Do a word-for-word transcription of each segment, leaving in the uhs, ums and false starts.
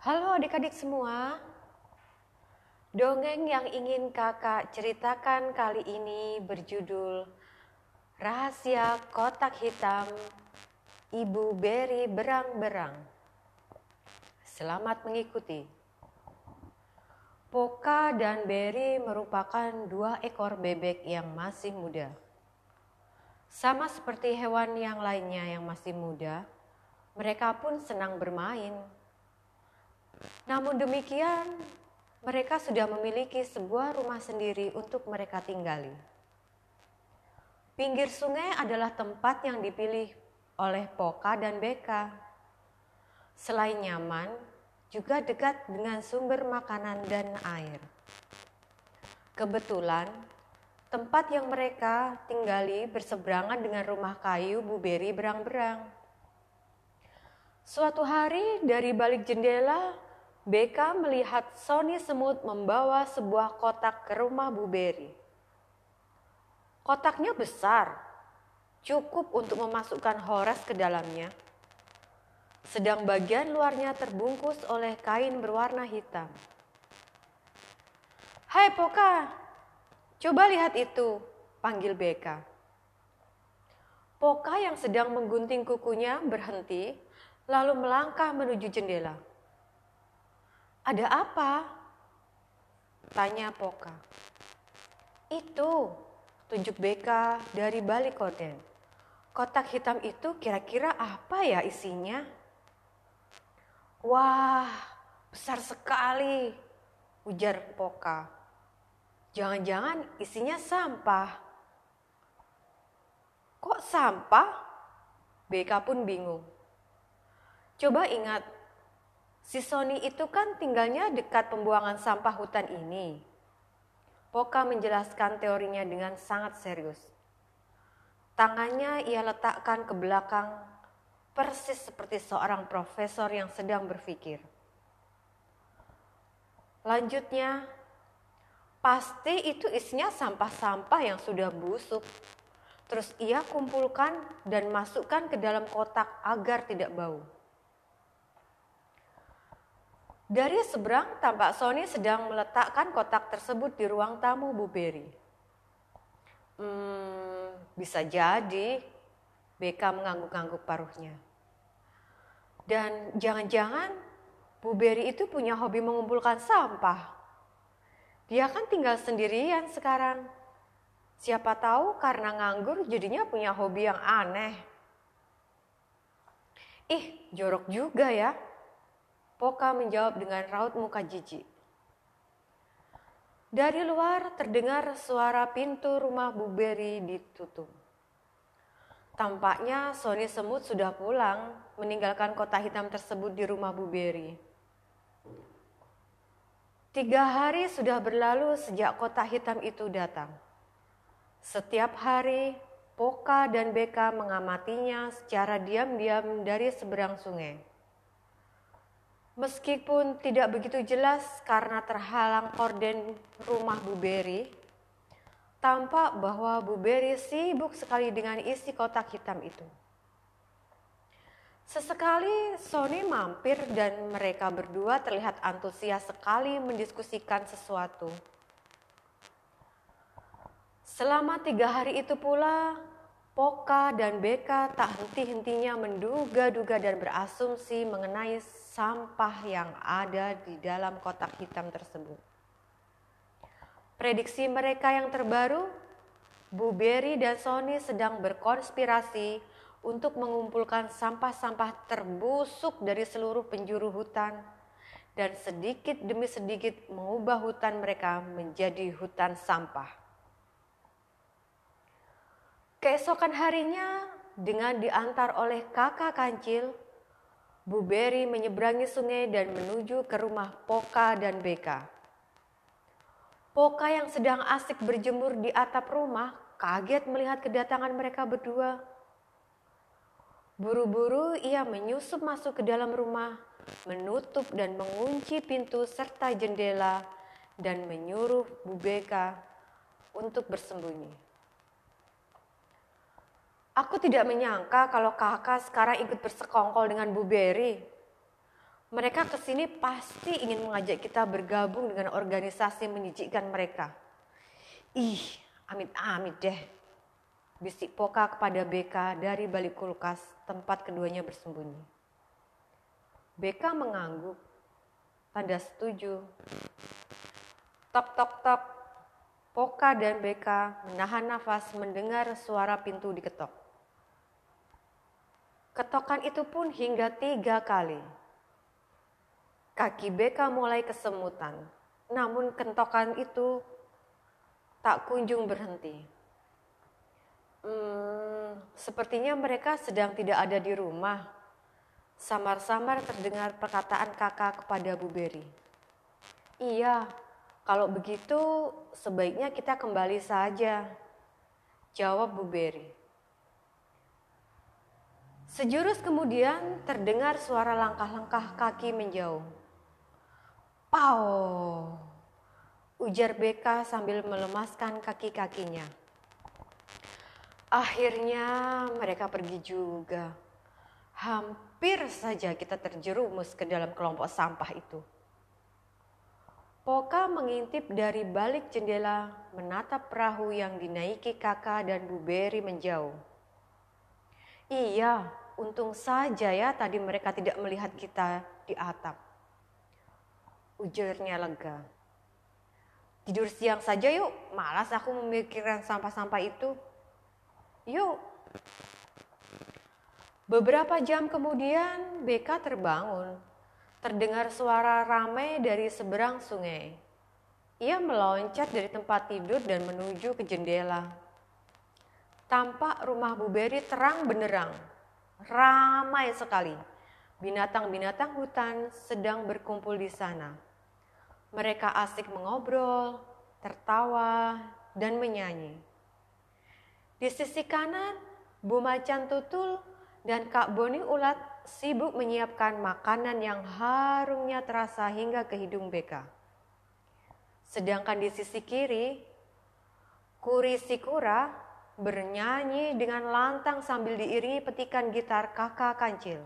Halo adik-adik semua, dongeng yang ingin kakak ceritakan kali ini berjudul Rahasia Kotak Hitam Ibu Beri Berang-Berang. Selamat mengikuti. Poka dan Beri merupakan dua ekor bebek yang masih muda. Sama seperti hewan yang lainnya yang masih muda, mereka pun senang bermain. Namun demikian, mereka sudah memiliki sebuah rumah sendiri untuk mereka tinggali. Pinggir sungai adalah tempat yang dipilih oleh Poka dan Beka. Selain nyaman, juga dekat dengan sumber makanan dan air. Kebetulan, tempat yang mereka tinggali berseberangan dengan rumah kayu Bu Beri berang-berang. Suatu hari dari balik jendela, Beka melihat Sony Semut membawa sebuah kotak ke rumah Bu Beri. Kotaknya besar, cukup untuk memasukkan Horas ke dalamnya. Sedang bagian luarnya terbungkus oleh kain berwarna hitam. "Hai Poka, coba lihat itu," panggil Beka. Poka yang sedang menggunting kukunya berhenti, lalu melangkah menuju jendela. "Ada apa?" tanya Poka. "Itu," tunjuk Beka dari balik gorden. "Kotak hitam itu kira-kira apa ya isinya?" "Wah, besar sekali," ujar Poka. "Jangan-jangan isinya sampah." "Kok sampah?" Beka pun bingung. "Coba ingat, si Sony itu kan tinggalnya dekat pembuangan sampah hutan ini." Poka menjelaskan teorinya dengan sangat serius. Tangannya ia letakkan ke belakang, persis seperti seorang profesor yang sedang berpikir. Lanjutnya, "Pasti itu isinya sampah-sampah yang sudah busuk. Terus ia kumpulkan dan masukkan ke dalam kotak agar tidak bau." Dari seberang tampak Sony sedang meletakkan kotak tersebut di ruang tamu Bu Beri. Hmm, bisa jadi, Beka mengangguk-angguk paruhnya. Dan jangan-jangan Bu Beri itu punya hobi mengumpulkan sampah. Dia kan tinggal sendirian sekarang. Siapa tahu karena nganggur jadinya punya hobi yang aneh. "Ih, jorok juga ya," Poka menjawab dengan raut muka jijik. Dari luar terdengar suara pintu rumah Bu Beri ditutup. Tampaknya Sony Semut sudah pulang, meninggalkan kotak hitam tersebut di rumah Bu Beri. Tiga hari sudah berlalu sejak kotak hitam itu datang. Setiap hari, Poka dan Beka mengamatinya secara diam-diam dari seberang sungai. Meskipun tidak begitu jelas karena terhalang korden rumah Bu Beri, tampak bahwa Bu Beri sibuk sekali dengan isi kotak hitam itu. Sesekali Sony mampir dan mereka berdua terlihat antusias sekali mendiskusikan sesuatu. Selama tiga hari itu pula, Poka dan Beka tak henti-hentinya menduga-duga dan berasumsi mengenai sampah yang ada di dalam kotak hitam tersebut. Prediksi mereka yang terbaru, Bu Beri dan Sony sedang berkonspirasi untuk mengumpulkan sampah-sampah terbusuk dari seluruh penjuru hutan dan sedikit demi sedikit mengubah hutan mereka menjadi hutan sampah. Keesokan harinya, dengan diantar oleh kakak kancil, Bu Beri menyeberangi sungai dan menuju ke rumah Poka dan Beka. Poka yang sedang asik berjemur di atap rumah kaget melihat kedatangan mereka berdua. Buru-buru ia menyusup masuk ke dalam rumah, menutup dan mengunci pintu serta jendela dan menyuruh Bu Beka untuk bersembunyi. "Aku tidak menyangka kalau kakak sekarang ikut bersekongkol dengan Bu Beri. Mereka kesini pasti ingin mengajak kita bergabung dengan organisasi menjijikkan mereka. Ih, amit-amit deh, bisik Poka kepada Beka dari balik kulkas tempat keduanya bersembunyi. Beka mengangguk, tanda setuju. Tok tok tok, Poka dan Beka menahan nafas mendengar suara pintu diketok. Ketokan itu pun hingga tiga kali. Kaki Beka mulai kesemutan, namun kentokan itu tak kunjung berhenti. Hmm, sepertinya mereka sedang tidak ada di rumah. Samar-samar terdengar perkataan kakak kepada Bu Beri. Iya, kalau begitu sebaiknya kita kembali saja, jawab Bu Beri. Sejurus kemudian terdengar suara langkah-langkah kaki menjauh. Pau, ujar Beka sambil melemaskan kaki-kakinya. Akhirnya mereka pergi juga. Hampir saja kita terjerumus ke dalam kelompok sampah itu. Poka mengintip dari balik jendela menatap perahu yang dinaiki kakak dan Bu Beri menjauh. Iya, untung saja ya tadi mereka tidak melihat kita di atap. Ujarnya lega. Tidur siang saja yuk, malas aku memikirkan sampah-sampah itu. Yuk. Beberapa jam kemudian Beka terbangun. Terdengar suara ramai dari seberang sungai. Ia meloncat dari tempat tidur dan menuju ke jendela. Tampak rumah Bu Beri terang benderang. Ramai sekali. Binatang-binatang hutan sedang berkumpul di sana. Mereka asik mengobrol, tertawa, dan menyanyi. Di sisi kanan, Bu Macan Tutul dan Kak Boni Ulat sibuk menyiapkan makanan yang harumnya terasa hingga ke hidung Beka. Sedangkan di sisi kiri, Kuri Sikura bernyanyi dengan lantang sambil diiringi petikan gitar kakak kancil.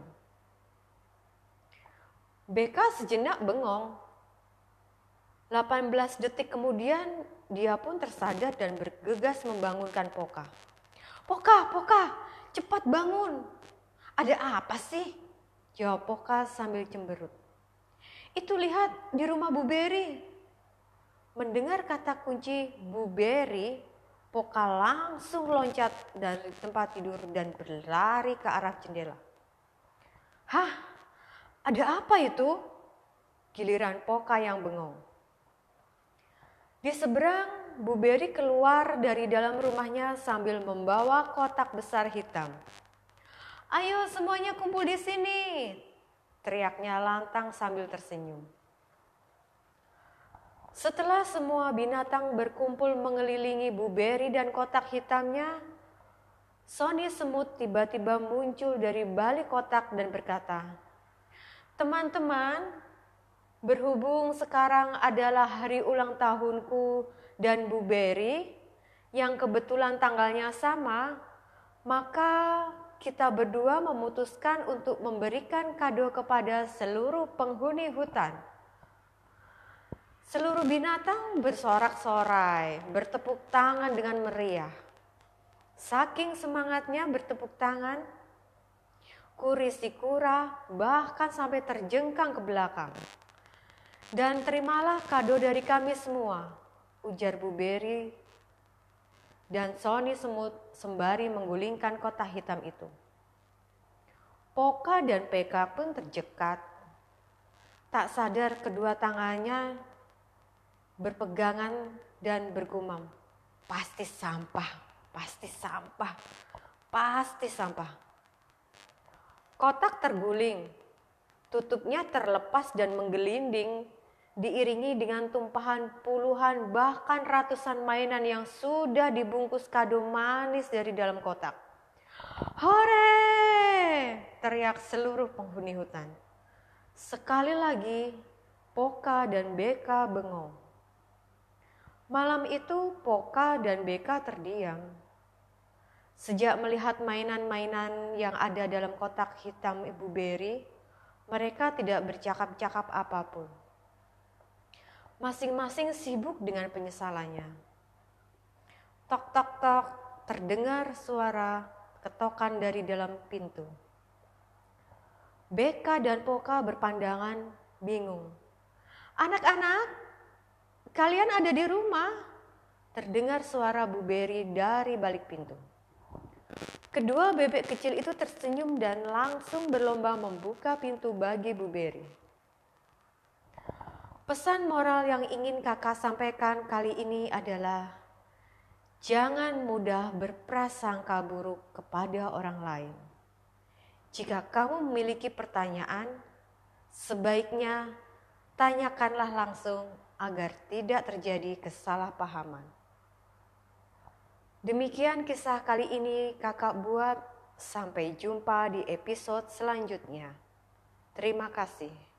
Beka sejenak bengong. delapan belas detik kemudian dia pun tersadar dan bergegas membangunkan Poka. Poka, Poka, cepat bangun. Ada apa sih? Jawab Poka sambil cemberut. Itu lihat di rumah Bu Beri. Mendengar kata kunci Bu Beri, Poka langsung loncat dari tempat tidur dan berlari ke arah jendela. Hah? Ada apa itu? Giliran Poka yang bengong. Di seberang, Bu Beri keluar dari dalam rumahnya sambil membawa kotak besar hitam. Ayo semuanya kumpul di sini, teriaknya lantang sambil tersenyum. Setelah semua binatang berkumpul mengelilingi Bu Beri dan kotak hitamnya, Sony Semut tiba-tiba muncul dari balik kotak dan berkata, teman-teman, berhubung sekarang adalah hari ulang tahunku dan Bu Beri yang kebetulan tanggalnya sama, maka kita berdua memutuskan untuk memberikan kado kepada seluruh penghuni hutan. Seluruh binatang bersorak-sorai, bertepuk tangan dengan meriah. Saking semangatnya bertepuk tangan, Kuri Sikura bahkan sampai terjengkang ke belakang. Dan terimalah kado dari kami semua, ujar Bu Beri dan Sony Semut sembari menggulingkan kotak hitam itu. Poka dan Peka pun terjekat. Tak sadar kedua tangannya berpegangan dan bergumam. Pasti sampah, pasti sampah, pasti sampah. Kotak terguling, tutupnya terlepas dan menggelinding, diiringi dengan tumpahan puluhan bahkan ratusan mainan yang sudah dibungkus kado manis dari dalam kotak. Hore! Teriak seluruh penghuni hutan. Sekali lagi, Poka dan Beka bengong. Malam itu Poka dan Beka terdiam. Sejak melihat mainan-mainan yang ada dalam kotak hitam Ibu Beri, Mereka tidak bercakap-cakap apapun. Masing-masing sibuk dengan penyesalannya. Tok tok tok, terdengar suara ketokan dari dalam pintu. Beka dan Poka berpandangan bingung. "Anak-anak, kalian ada di rumah?" Terdengar suara Bu Beri dari balik pintu. Kedua bebek kecil itu tersenyum dan langsung berlomba membuka pintu bagi Bu Beri. Pesan moral yang ingin kakak sampaikan kali ini adalah jangan mudah berprasangka buruk kepada orang lain. Jika kamu memiliki pertanyaan, sebaiknya tanyakanlah langsung agar tidak terjadi kesalahpahaman. Demikian kisah kali ini kakak buat. Sampai jumpa di episode selanjutnya. Terima kasih.